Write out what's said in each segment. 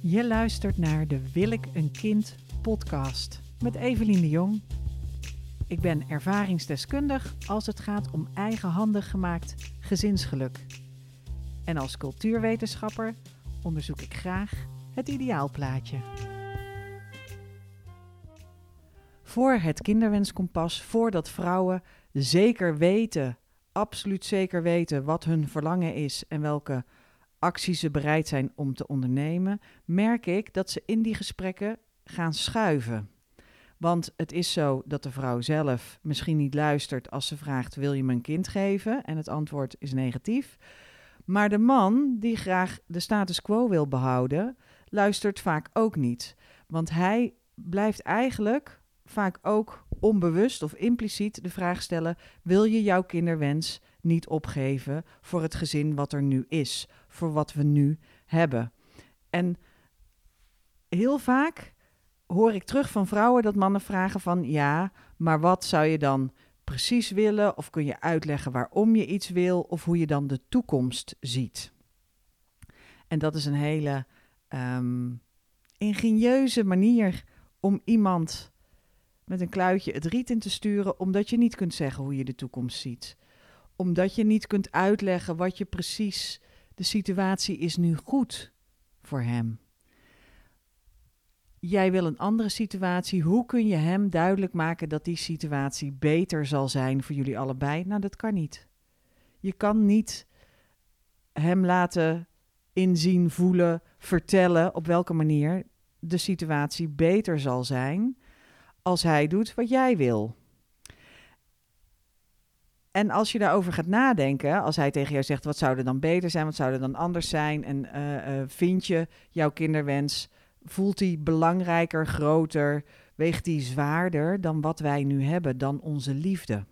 Je luistert naar de Wil ik een kind podcast met Evelien de Jong. Ik ben ervaringsdeskundig als het gaat om eigenhandig gemaakt gezinsgeluk. En als cultuurwetenschapper onderzoek ik graag het ideaalplaatje. Voor het kinderwenskompas, voordat vrouwen zeker weten, absoluut zeker weten wat hun verlangen is en welke acties ze bereid zijn om te ondernemen, merk ik dat ze in die gesprekken gaan schuiven. Want het is zo dat de vrouw zelf misschien niet luistert als ze vraagt: wil je me een kind geven? En het antwoord is negatief. Maar de man die graag de status quo wil behouden, luistert vaak ook niet. Want hij blijft eigenlijk vaak ook onbewust of impliciet de vraag stellen: wil je jouw kinderwens niet opgeven voor het gezin wat er nu is, voor wat we nu hebben? En heel vaak hoor ik terug van vrouwen dat mannen vragen van: ja, maar wat zou je dan precies willen? Of kun je uitleggen waarom je iets wil of hoe je dan de toekomst ziet? En dat is een hele ingenieuze manier om iemand met een kluitje het riet in te sturen, omdat je niet kunt zeggen hoe je de toekomst ziet. Omdat je niet kunt uitleggen wat je precies, de situatie is nu goed voor hem. Jij wil een andere situatie. Hoe kun je hem duidelijk maken dat die situatie beter zal zijn voor jullie allebei? Nou, dat kan niet. Je kan niet hem laten inzien, voelen, vertellen op welke manier de situatie beter zal zijn als hij doet wat jij wil. En als je daarover gaat nadenken, als hij tegen jou zegt: wat zou er dan beter zijn, wat zou er dan anders zijn? En vind je jouw kinderwens, voelt die belangrijker, groter, weegt die zwaarder dan wat wij nu hebben, dan onze liefde?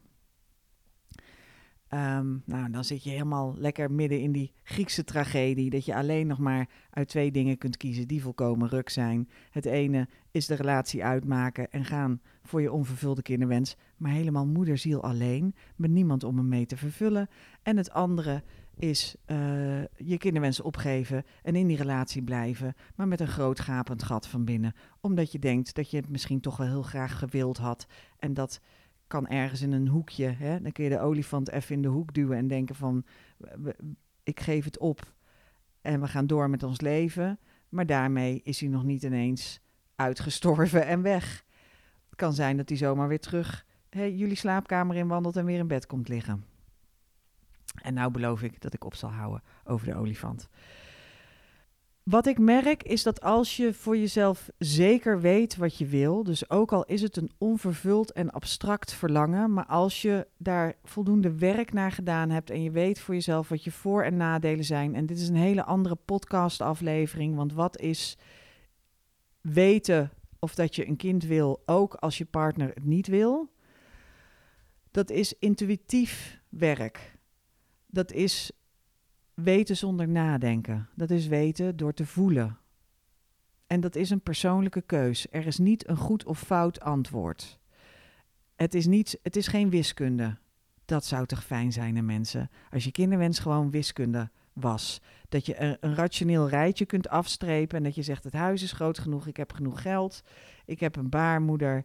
Dan zit je helemaal lekker midden in die Griekse tragedie, dat je alleen nog maar uit twee dingen kunt kiezen die volkomen ruk zijn. Het ene is de relatie uitmaken en gaan voor je onvervulde kinderwens, maar helemaal moederziel alleen, met niemand om hem mee te vervullen. En het andere is je kinderwens opgeven en in die relatie blijven, maar met een groot gapend gat van binnen, omdat je denkt dat je het misschien toch wel heel graag gewild had en dat kan ergens in een hoekje. Hè? Dan kun je de olifant even in de hoek duwen en denken van: ik geef het op en we gaan door met ons leven. Maar daarmee is hij nog niet ineens uitgestorven en weg. Het kan zijn dat hij zomaar weer terug jullie slaapkamer inwandelt en weer in bed komt liggen. En nou beloof ik dat ik op zal houden over de olifant. Wat ik merk is dat als je voor jezelf zeker weet wat je wil, dus ook al is het een onvervuld en abstract verlangen, maar als je daar voldoende werk naar gedaan hebt en je weet voor jezelf wat je voor- en nadelen zijn, en dit is een hele andere podcastaflevering, want wat is weten of dat je een kind wil, ook als je partner het niet wil? Dat is intuïtief werk. Dat is weten zonder nadenken. Dat is weten door te voelen. En dat is een persoonlijke keus. Er is niet een goed of fout antwoord. Het is geen wiskunde. Dat zou toch fijn zijn, hè, mensen? Als je kinderwens gewoon wiskunde was. Dat je een rationeel rijtje kunt afstrepen en dat je zegt: het huis is groot genoeg, ik heb genoeg geld, ik heb een baarmoeder,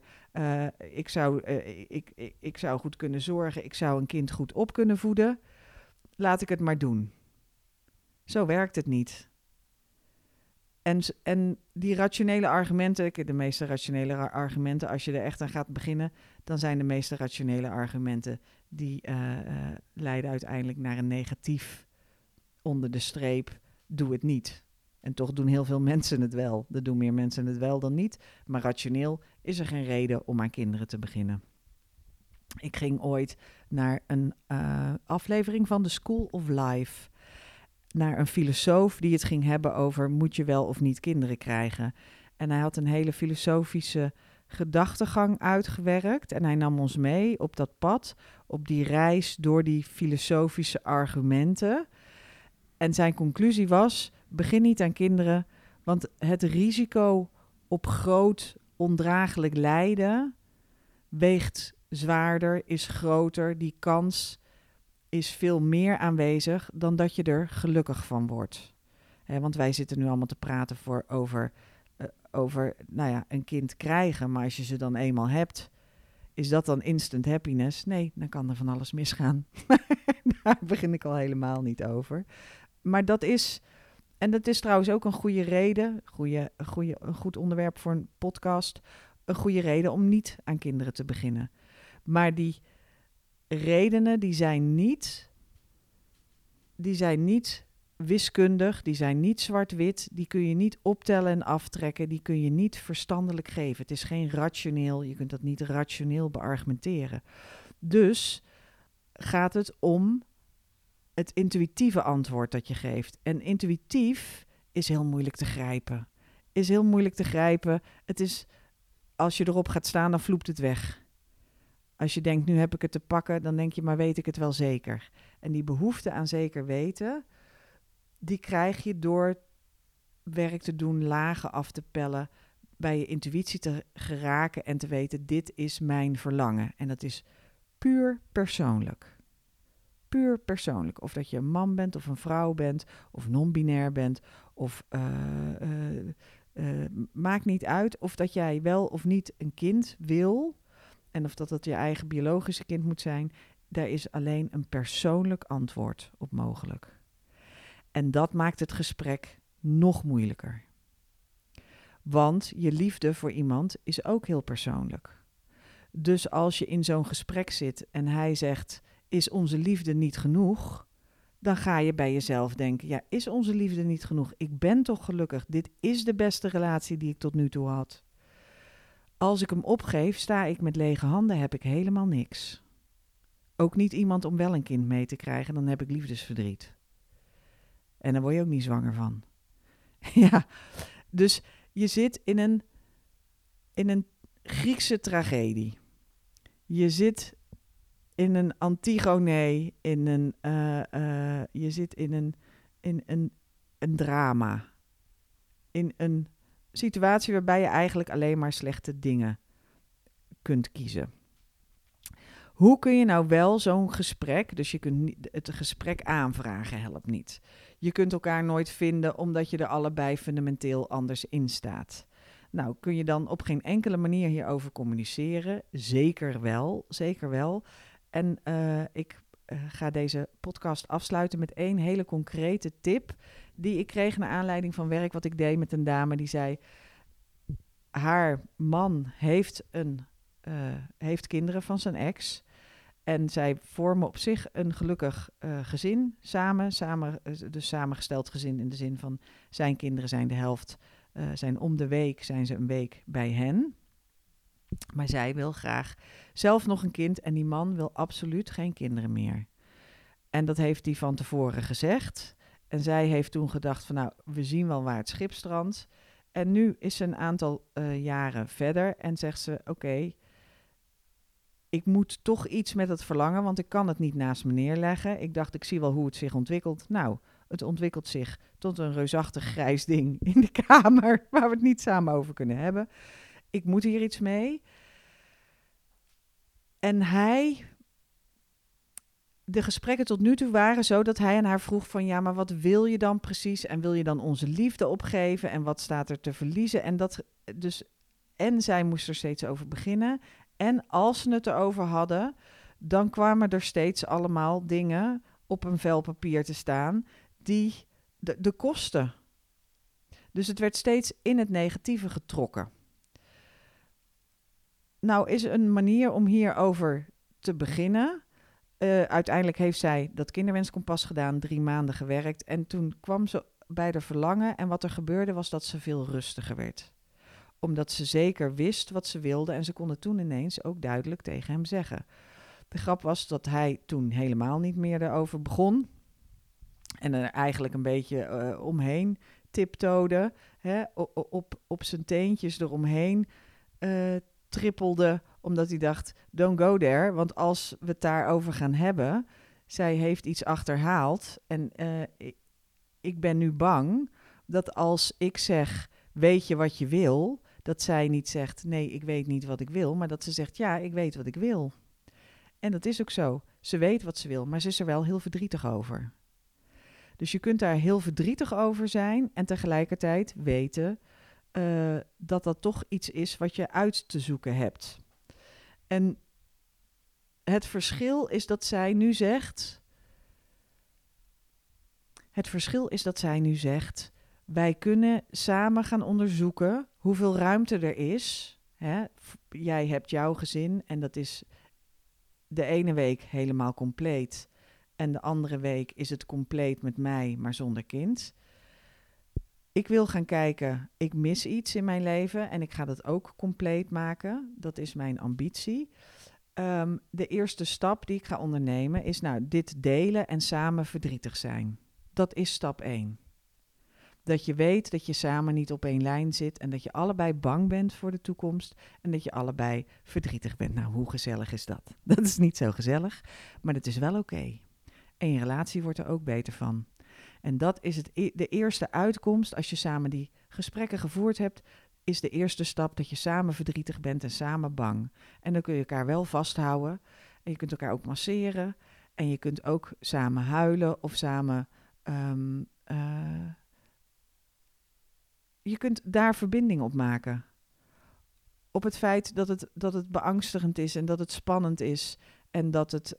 ik zou goed kunnen zorgen, ik zou een kind goed op kunnen voeden. Laat ik het maar doen. Zo werkt het niet. En die rationele argumenten, de meeste rationele argumenten, als je er echt aan gaat beginnen, dan zijn de meeste rationele argumenten die leiden uiteindelijk naar een negatief onder de streep: doe het niet. En toch doen heel veel mensen het wel. Er doen meer mensen het wel dan niet. Maar rationeel is er geen reden om aan kinderen te beginnen. Ik ging ooit naar een aflevering van The School of Life, naar een filosoof die het ging hebben over: moet je wel of niet kinderen krijgen? En hij had een hele filosofische gedachtegang uitgewerkt en hij nam ons mee op dat pad, op die reis door die filosofische argumenten. En zijn conclusie was: begin niet aan kinderen, want het risico op groot ondraaglijk lijden weegt zwaarder, is groter, die kans is veel meer aanwezig dan dat je er gelukkig van wordt. Want wij zitten nu allemaal te praten over een kind krijgen. Maar als je ze dan eenmaal hebt, is dat dan instant happiness? Nee, dan kan er van alles misgaan. Daar begin ik al helemaal niet over. Maar dat is trouwens ook een goede reden, een goed onderwerp voor een podcast, een goede reden om niet aan kinderen te beginnen. Maar die redenen, die zijn niet wiskundig, die zijn niet zwart-wit, die kun je niet optellen en aftrekken, die kun je niet verstandelijk geven. Het is geen rationeel, je kunt dat niet rationeel beargumenteren. Dus gaat het om het intuïtieve antwoord dat je geeft. En intuïtief is heel moeilijk te grijpen. Het is, als je erop gaat staan, dan vloept het weg. Als je denkt, nu heb ik het te pakken, dan denk je, maar weet ik het wel zeker. En die behoefte aan zeker weten, die krijg je door werk te doen, lagen af te pellen, bij je intuïtie te geraken en te weten, dit is mijn verlangen. En dat is puur persoonlijk. Puur persoonlijk. Of dat je een man bent of een vrouw bent, of non-binair bent, of maakt niet uit of dat jij wel of niet een kind wil, en of dat je eigen biologische kind moet zijn. Daar is alleen een persoonlijk antwoord op mogelijk. En dat maakt het gesprek nog moeilijker. Want je liefde voor iemand is ook heel persoonlijk. Dus als je in zo'n gesprek zit en hij zegt, is onze liefde niet genoeg? Dan ga je bij jezelf denken, ja, is onze liefde niet genoeg? Ik ben toch gelukkig, dit is de beste relatie die ik tot nu toe had. Als ik hem opgeef, sta ik met lege handen, heb ik helemaal niks. Ook niet iemand om wel een kind mee te krijgen, dan heb ik liefdesverdriet. En daar word je ook niet zwanger van. Ja, dus je zit in een Griekse tragedie. Je zit in een Antigone, je zit in een drama. In een situatie waarbij je eigenlijk alleen maar slechte dingen kunt kiezen. Hoe kun je nou wel zo'n gesprek, dus je kunt het gesprek aanvragen, helpt niet. Je kunt elkaar nooit vinden omdat je er allebei fundamenteel anders in staat. Nou, kun je dan op geen enkele manier hierover communiceren? Zeker wel, zeker wel. En ik ga deze podcast afsluiten met 1 hele concrete tip die ik kreeg naar aanleiding van werk wat ik deed met een dame die zei, haar man heeft kinderen van zijn ex. En zij vormen op zich een gelukkig gezin, dus samengesteld gezin in de zin van zijn kinderen zijn de helft, zijn om de week, zijn ze een week bij hen. Maar zij wil graag zelf nog een kind en die man wil absoluut geen kinderen meer. En dat heeft hij van tevoren gezegd. En zij heeft toen gedacht van nou, we zien wel waar het schip strandt. En nu is ze een aantal jaren verder en zegt ze, oké, ik moet toch iets met het verlangen, want ik kan het niet naast me neerleggen. Ik dacht, ik zie wel hoe het zich ontwikkelt. Nou, het ontwikkelt zich tot een reusachtig grijs ding in de kamer, waar we het niet samen over kunnen hebben. Ik moet hier iets mee. En de gesprekken tot nu toe waren zo dat hij aan haar vroeg van ja, maar wat wil je dan precies? En wil je dan onze liefde opgeven? En wat staat er te verliezen? En zij moest er steeds over beginnen. En als ze het erover hadden, dan kwamen er steeds allemaal dingen op een vel papier te staan die de kosten. Dus het werd steeds in het negatieve getrokken. Nou is een manier om hierover te beginnen. Uiteindelijk heeft zij dat kinderwenskompas gedaan, 3 maanden gewerkt. En toen kwam ze bij de verlangen. En wat er gebeurde was dat ze veel rustiger werd. Omdat ze zeker wist wat ze wilde. En ze kon het toen ineens ook duidelijk tegen hem zeggen. De grap was dat hij toen helemaal niet meer erover begon. En er eigenlijk een beetje omheen tiptoede. Op zijn teentjes eromheen trippelde, omdat hij dacht, don't go there, want als we het daarover gaan hebben, zij heeft iets achterhaald en ik ben nu bang dat als ik zeg, weet je wat je wil, dat zij niet zegt, nee, ik weet niet wat ik wil, maar dat ze zegt, ja, ik weet wat ik wil. En dat is ook zo. Ze weet wat ze wil, maar ze is er wel heel verdrietig over. Dus je kunt daar heel verdrietig over zijn en tegelijkertijd weten dat dat toch iets is wat je uit te zoeken hebt. En het verschil is dat zij nu zegt... wij kunnen samen gaan onderzoeken hoeveel ruimte er is. Hè? Jij hebt jouw gezin en dat is de ene week helemaal compleet. En de andere week is het compleet met mij, maar zonder kind. Ik wil gaan kijken, ik mis iets in mijn leven en ik ga dat ook compleet maken. Dat is mijn ambitie. De eerste stap die ik ga ondernemen is dit delen en samen verdrietig zijn. Dat is stap 1. Dat je weet dat je samen niet op één lijn zit en dat je allebei bang bent voor de toekomst en dat je allebei verdrietig bent. Nou, hoe gezellig is dat? Dat is niet zo gezellig, maar dat is wel oké. En je relatie wordt er ook beter van. En dat is de eerste uitkomst als je samen die gesprekken gevoerd hebt, is de eerste stap dat je samen verdrietig bent en samen bang. En dan kun je elkaar wel vasthouden en je kunt elkaar ook masseren en je kunt ook samen huilen of samen... je kunt daar verbinding op maken. Op het feit dat het beangstigend is en dat het spannend is. En dat het,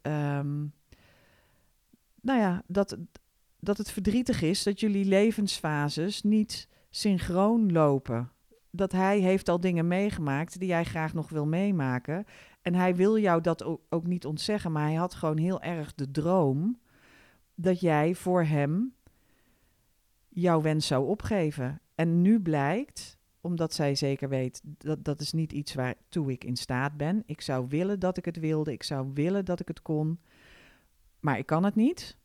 dat het verdrietig is dat jullie levensfases niet synchroon lopen. Dat hij heeft al dingen meegemaakt die jij graag nog wil meemaken. En hij wil jou dat ook niet ontzeggen. Maar hij had gewoon heel erg de droom dat jij voor hem jouw wens zou opgeven. En nu blijkt, omdat zij zeker weet, dat is niet iets waartoe ik in staat ben. Ik zou willen dat ik het wilde, ik zou willen dat ik het kon, maar ik kan het niet.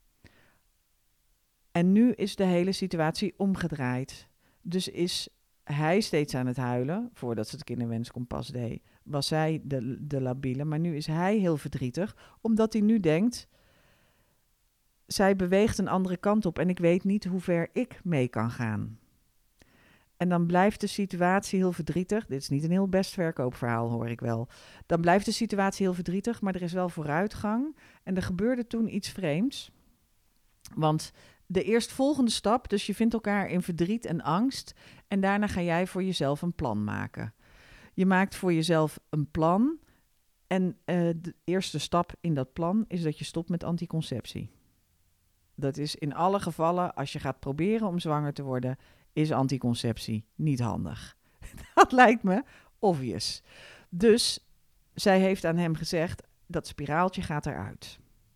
En nu is de hele situatie omgedraaid. Dus is hij steeds aan het huilen, voordat ze het kinderwenskompas deed, was zij de labiele, maar nu is hij heel verdrietig, omdat hij nu denkt, zij beweegt een andere kant op en ik weet niet hoe ver ik mee kan gaan. En dan blijft de situatie heel verdrietig. Dit is niet een heel best verkoopverhaal, hoor ik wel. Dan blijft de situatie heel verdrietig, maar er is wel vooruitgang. En er gebeurde toen iets vreemds. Want de eerstvolgende stap, dus je vindt elkaar in verdriet en angst. En daarna ga jij voor jezelf een plan maken. Je maakt voor jezelf een plan. En de eerste stap in dat plan is dat je stopt met anticonceptie. Dat is in alle gevallen, als je gaat proberen om zwanger te worden, is anticonceptie niet handig. Dat lijkt me obvious. Dus zij heeft aan hem gezegd, dat spiraaltje gaat eruit.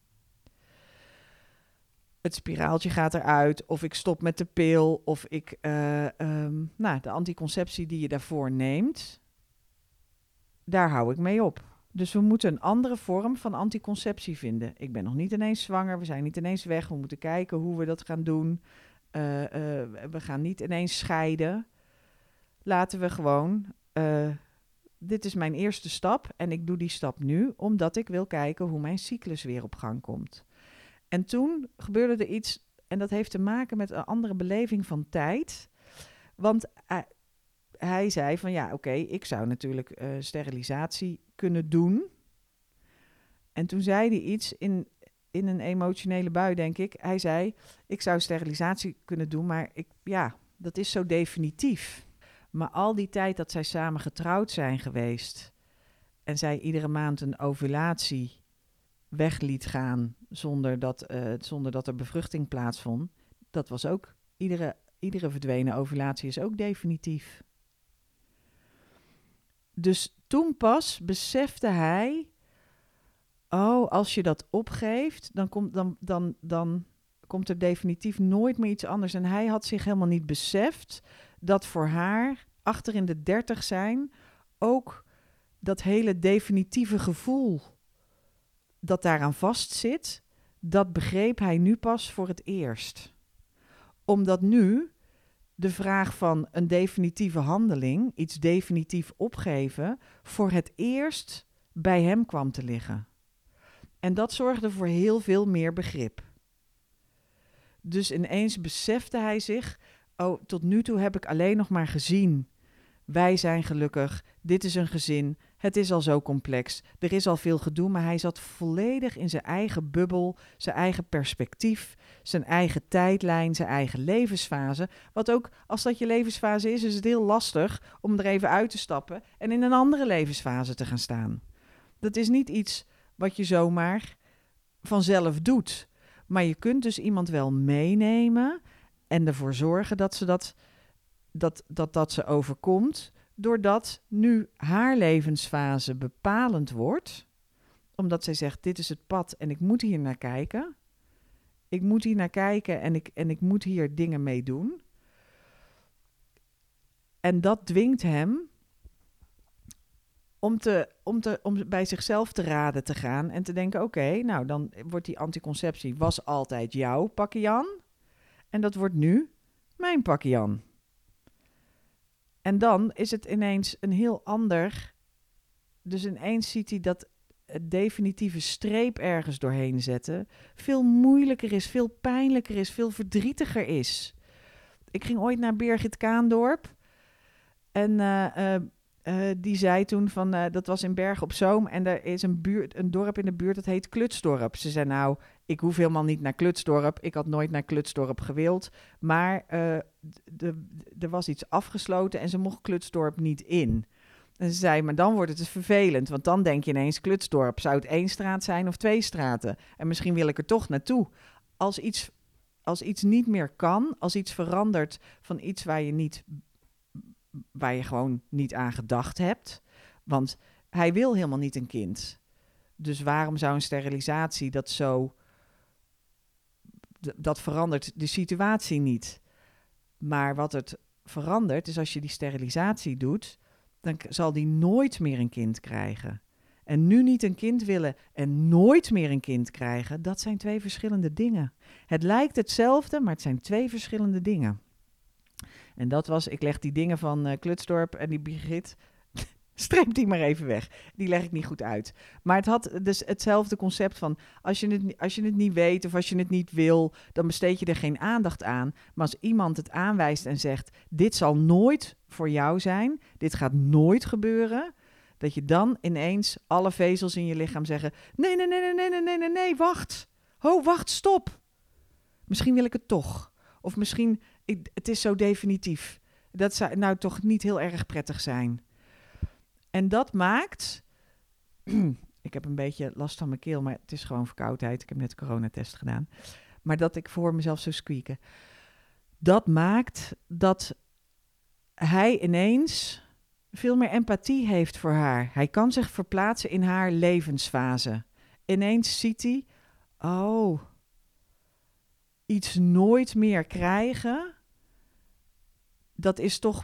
Het spiraaltje gaat eruit, of ik stop met de pil, of ik, de anticonceptie die je daarvoor neemt, daar hou ik mee op. Dus we moeten een andere vorm van anticonceptie vinden. Ik ben nog niet ineens zwanger, we zijn niet ineens weg, we moeten kijken hoe we dat gaan doen. We gaan niet ineens scheiden. Laten we gewoon... dit is mijn eerste stap en ik doe die stap nu, omdat ik wil kijken hoe mijn cyclus weer op gang komt. En toen gebeurde er iets, en dat heeft te maken met een andere beleving van tijd. Want hij zei van oké, ik zou natuurlijk sterilisatie kunnen doen. En toen zei hij iets in een emotionele bui, denk ik. Hij zei, ik zou sterilisatie kunnen doen, maar dat is zo definitief. Maar al die tijd dat zij samen getrouwd zijn geweest en zij iedere maand een ovulatie weg liet gaan zonder dat er bevruchting plaatsvond, dat was ook, iedere verdwenen ovulatie is ook definitief. Dus toen pas besefte hij, als je dat opgeeft, dan komt er definitief nooit meer iets anders. En hij had zich helemaal niet beseft dat voor haar, achter in de 30 zijn, ook dat hele definitieve gevoel dat daaraan vastzit, dat begreep hij nu pas voor het eerst. Omdat nu de vraag van een definitieve handeling, iets definitief opgeven, voor het eerst bij hem kwam te liggen. En dat zorgde voor heel veel meer begrip. Dus ineens besefte hij zich, tot nu toe heb ik alleen nog maar gezien, wij zijn gelukkig, dit is een gezin, Het is al zo complex. Er is al veel gedoe, maar hij zat volledig in zijn eigen bubbel, zijn eigen perspectief, zijn eigen tijdlijn, zijn eigen levensfase. Wat ook, als dat je levensfase is het heel lastig om er even uit te stappen en in een andere levensfase te gaan staan. Dat is niet iets wat je zomaar vanzelf doet. Maar je kunt dus iemand wel meenemen en ervoor zorgen dat ze overkomt, doordat nu haar levensfase bepalend wordt, omdat zij zegt, dit is het pad en ik moet hier naar kijken. Ik moet hier naar kijken en ik moet hier dingen mee doen. En dat dwingt hem om bij zichzelf te raden te gaan en te denken, oké, nou dan wordt die anticonceptie was altijd jouw pakje Jan en dat wordt nu mijn pakje Jan. En dan is het ineens een heel ander. Dus ineens ziet hij dat het definitieve streep ergens doorheen zetten veel moeilijker is, veel pijnlijker is, veel verdrietiger is. Ik ging ooit naar Birgit Kaandorp en die zei toen van, dat was in Bergen op Zoom en er is een dorp in de buurt dat heet Klutsdorp. Ze zei nou, ik hoef helemaal niet naar Klutsdorp. Ik had nooit naar Klutsdorp gewild. Maar er was iets afgesloten en ze mocht Klutsdorp niet in. En ze zei, maar dan wordt het dus vervelend. Want dan denk je ineens, Klutsdorp, zou het 1 straat zijn of 2 straten? En misschien wil ik er toch naartoe. Als iets niet meer kan, als iets verandert van iets waar je gewoon niet aan gedacht hebt. Want hij wil helemaal niet een kind. Dus waarom zou een sterilisatie dat verandert de situatie niet. Maar wat het verandert is als je die sterilisatie doet, dan zal die nooit meer een kind krijgen. En nu niet een kind willen en nooit meer een kind krijgen, dat zijn 2 verschillende dingen. Het lijkt hetzelfde, maar het zijn 2 verschillende dingen. En dat was, ik leg die dingen van Klutsdorp en die Birgit, streep die maar even weg. Die leg ik niet goed uit. Maar het had dus hetzelfde concept van, als je het niet weet of als je het niet wil, dan besteed je er geen aandacht aan. Maar als iemand het aanwijst en zegt, dit zal nooit voor jou zijn, dit gaat nooit gebeuren, dat je dan ineens alle vezels in je lichaam zeggen, nee, wacht. Wacht, stop. Misschien wil ik het toch. Of misschien, het is zo definitief. Dat zou nou toch niet heel erg prettig zijn. En dat maakt, ik heb een beetje last van mijn keel, maar het is gewoon verkoudheid. Ik heb net een coronatest gedaan. Maar dat ik voor mezelf zo squeaken. Dat maakt dat hij ineens veel meer empathie heeft voor haar. Hij kan zich verplaatsen in haar levensfase. Ineens ziet hij, iets nooit meer krijgen, dat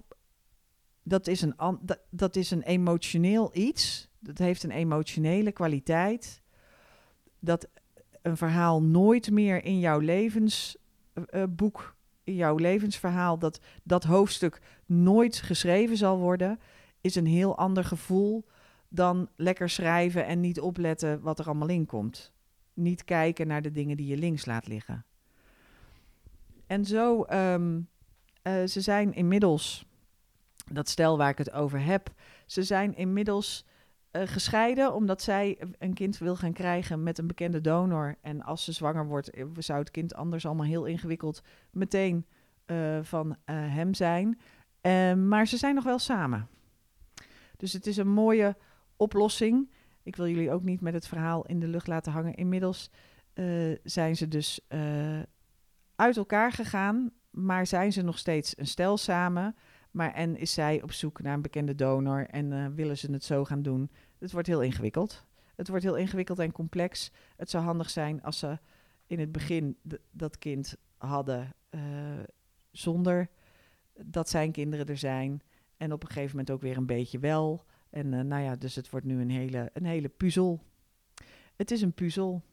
is een emotioneel iets. Dat heeft een emotionele kwaliteit. Dat een verhaal nooit meer in jouw levensboek, in jouw levensverhaal, dat hoofdstuk nooit geschreven zal worden, is een heel ander gevoel dan lekker schrijven en niet opletten wat er allemaal in komt. Niet kijken naar de dingen die je links laat liggen. En zo, ze zijn inmiddels, dat stel waar ik het over heb, ze zijn inmiddels gescheiden omdat zij een kind wil gaan krijgen met een bekende donor. En als ze zwanger wordt, zou het kind anders allemaal heel ingewikkeld meteen van hem zijn. Maar ze zijn nog wel samen. Dus het is een mooie oplossing. Ik wil jullie ook niet met het verhaal in de lucht laten hangen. Inmiddels zijn ze dus uit elkaar gegaan, maar zijn ze nog steeds een stel samen. En is zij op zoek naar een bekende donor en willen ze het zo gaan doen. Het wordt heel ingewikkeld. Het wordt heel ingewikkeld en complex. Het zou handig zijn als ze in het begin dat kind hadden zonder dat zijn kinderen er zijn. En op een gegeven moment ook weer een beetje wel. En dus het wordt nu een hele puzzel. Het is een puzzel.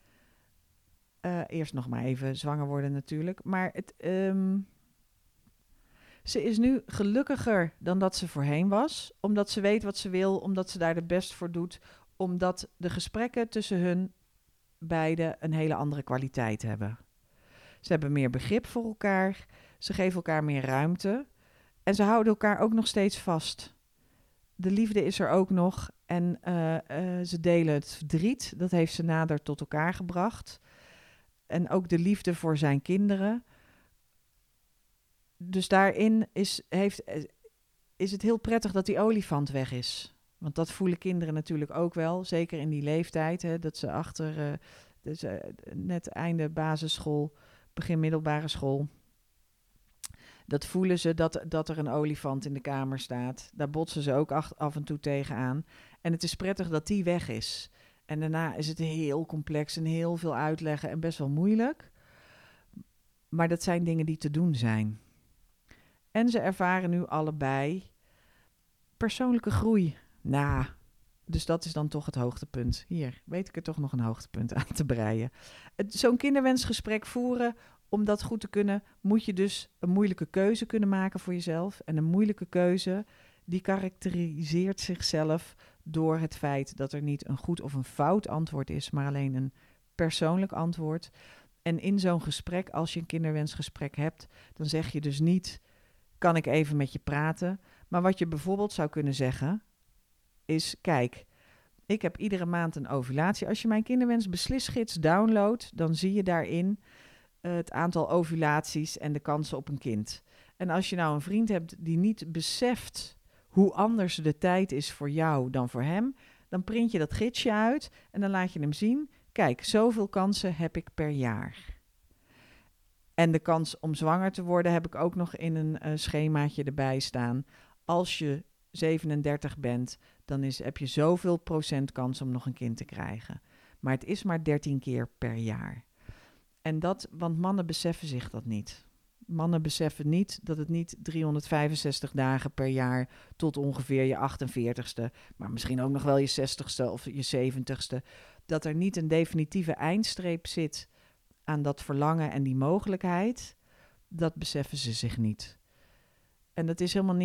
Eerst nog maar even zwanger worden natuurlijk. Maar ze is nu gelukkiger dan dat ze voorheen was. Omdat ze weet wat ze wil. Omdat ze daar de best voor doet. Omdat de gesprekken tussen hun beiden een hele andere kwaliteit hebben. Ze hebben meer begrip voor elkaar. Ze geven elkaar meer ruimte. En ze houden elkaar ook nog steeds vast. De liefde is er ook nog. En ze delen het verdriet. Dat heeft ze nader tot elkaar gebracht. En ook de liefde voor zijn kinderen. Dus daarin is het heel prettig dat die olifant weg is. Want dat voelen kinderen natuurlijk ook wel. Zeker in die leeftijd. Hè, dat ze achter net einde basisschool, begin middelbare school. Dat voelen ze dat er een olifant in de kamer staat. Daar botsen ze ook af en toe tegenaan. En het is prettig dat die weg is. En daarna is het heel complex en heel veel uitleggen en best wel moeilijk. Maar dat zijn dingen die te doen zijn. En ze ervaren nu allebei persoonlijke groei. Dus dat is dan toch het hoogtepunt. Hier, weet ik er toch nog een hoogtepunt aan te breien. Zo'n kinderwensgesprek voeren, om dat goed te kunnen, moet je dus een moeilijke keuze kunnen maken voor jezelf. En een moeilijke keuze, die karakteriseert zichzelf door het feit dat er niet een goed of een fout antwoord is, maar alleen een persoonlijk antwoord. En in zo'n gesprek, als je een kinderwensgesprek hebt, dan zeg je dus niet, kan ik even met je praten? Maar wat je bijvoorbeeld zou kunnen zeggen is, kijk, ik heb iedere maand een ovulatie. Als je mijn kinderwensbeslisgids downloadt, dan zie je daarin het aantal ovulaties en de kansen op een kind. En als je nou een vriend hebt die niet beseft hoe anders de tijd is voor jou dan voor hem, dan print je dat gidsje uit en dan laat je hem zien, kijk, zoveel kansen heb ik per jaar. En de kans om zwanger te worden heb ik ook nog in een schemaatje erbij staan. Als je 37 bent, dan heb je zoveel procent kans om nog een kind te krijgen. Maar het is maar 13 keer per jaar. En want mannen beseffen zich dat niet. Mannen beseffen niet dat het niet 365 dagen per jaar tot ongeveer je 48ste, maar misschien ook nog wel je 60ste of je 70ste, dat er niet een definitieve eindstreep zit aan dat verlangen en die mogelijkheid, dat beseffen ze zich niet. En dat is helemaal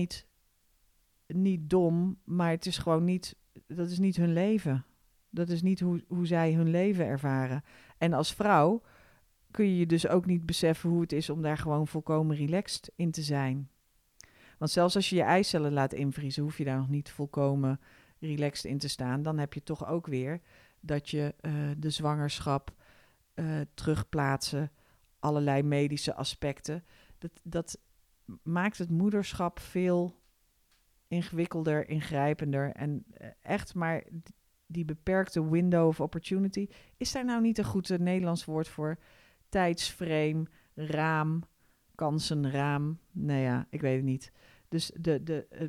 niet dom, maar het is gewoon niet, dat is niet hun leven. Dat is niet hoe zij hun leven ervaren. En als vrouw kun je dus ook niet beseffen hoe het is om daar gewoon volkomen relaxed in te zijn. Want zelfs als je je eicellen laat invriezen, hoef je daar nog niet volkomen relaxed in te staan. Dan heb je toch ook weer dat je de zwangerschap terugplaatsen, allerlei medische aspecten. Dat maakt het moederschap veel ingewikkelder, ingrijpender. En echt maar die beperkte window of opportunity. Is daar nou niet een goed Nederlands woord voor? Tijdsframe, raam, kansenraam. Nou ja, ik weet het niet. Dus er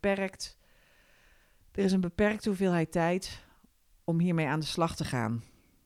is een beperkte hoeveelheid tijd om hiermee aan de slag te gaan.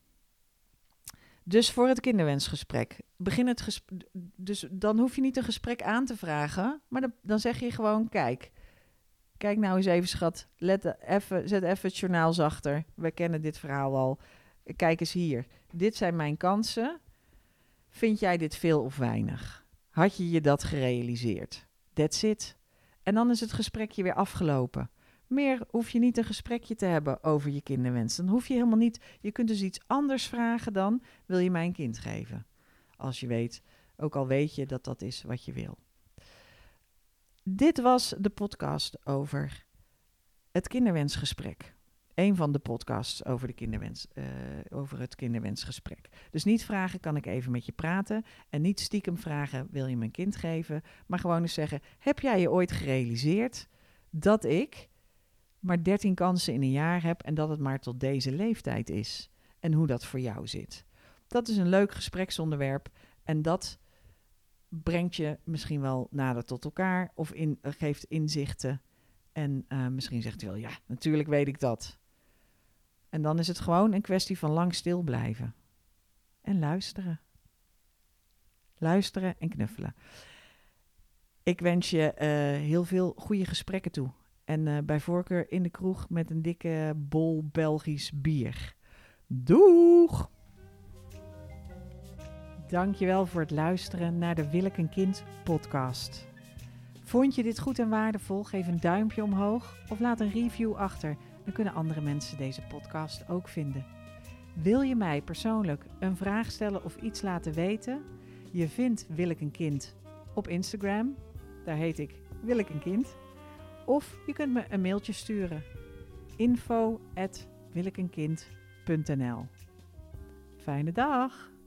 Dus voor het kinderwensgesprek. Dus dan hoef je niet een gesprek aan te vragen, maar dan zeg je gewoon, kijk nou eens even, schat, zet even het journaal zachter. We kennen dit verhaal al. Kijk eens hier. Dit zijn mijn kansen. Vind jij dit veel of weinig? Had je je dat gerealiseerd? That's it. En dan is het gesprekje weer afgelopen. Meer hoef je niet een gesprekje te hebben over je kinderwens. Dan hoef je helemaal niet. Je kunt dus iets anders vragen dan, wil je mij een kind geven? Als je weet, ook al weet je dat dat is wat je wil. Dit was de podcast over het kinderwensgesprek. Eén van de podcasts over het kinderwensgesprek. Dus niet vragen, kan ik even met je praten? En niet stiekem vragen, wil je me een kind geven? Maar gewoon eens zeggen, heb jij je ooit gerealiseerd dat ik maar 13 kansen in een jaar heb en dat het maar tot deze leeftijd is? En hoe dat voor jou zit. Dat is een leuk gespreksonderwerp en dat brengt je misschien wel nader tot elkaar of geeft inzichten. En misschien zegt u wel, ja, natuurlijk weet ik dat. En dan is het gewoon een kwestie van lang stil blijven. En luisteren. Luisteren en knuffelen. Ik wens je heel veel goede gesprekken toe. En bij voorkeur in de kroeg met een dikke bol Belgisch bier. Doeg! Dankjewel voor het luisteren naar de Wil ik een kind podcast. Vond je dit goed en waardevol? Geef een duimpje omhoog of laat een review achter. Dan kunnen andere mensen deze podcast ook vinden. Wil je mij persoonlijk een vraag stellen of iets laten weten? Je vindt Wil ik een kind op Instagram. Daar heet ik Wil ik een kind. Of je kunt me een mailtje sturen. info@willekenkind.nl. Fijne dag!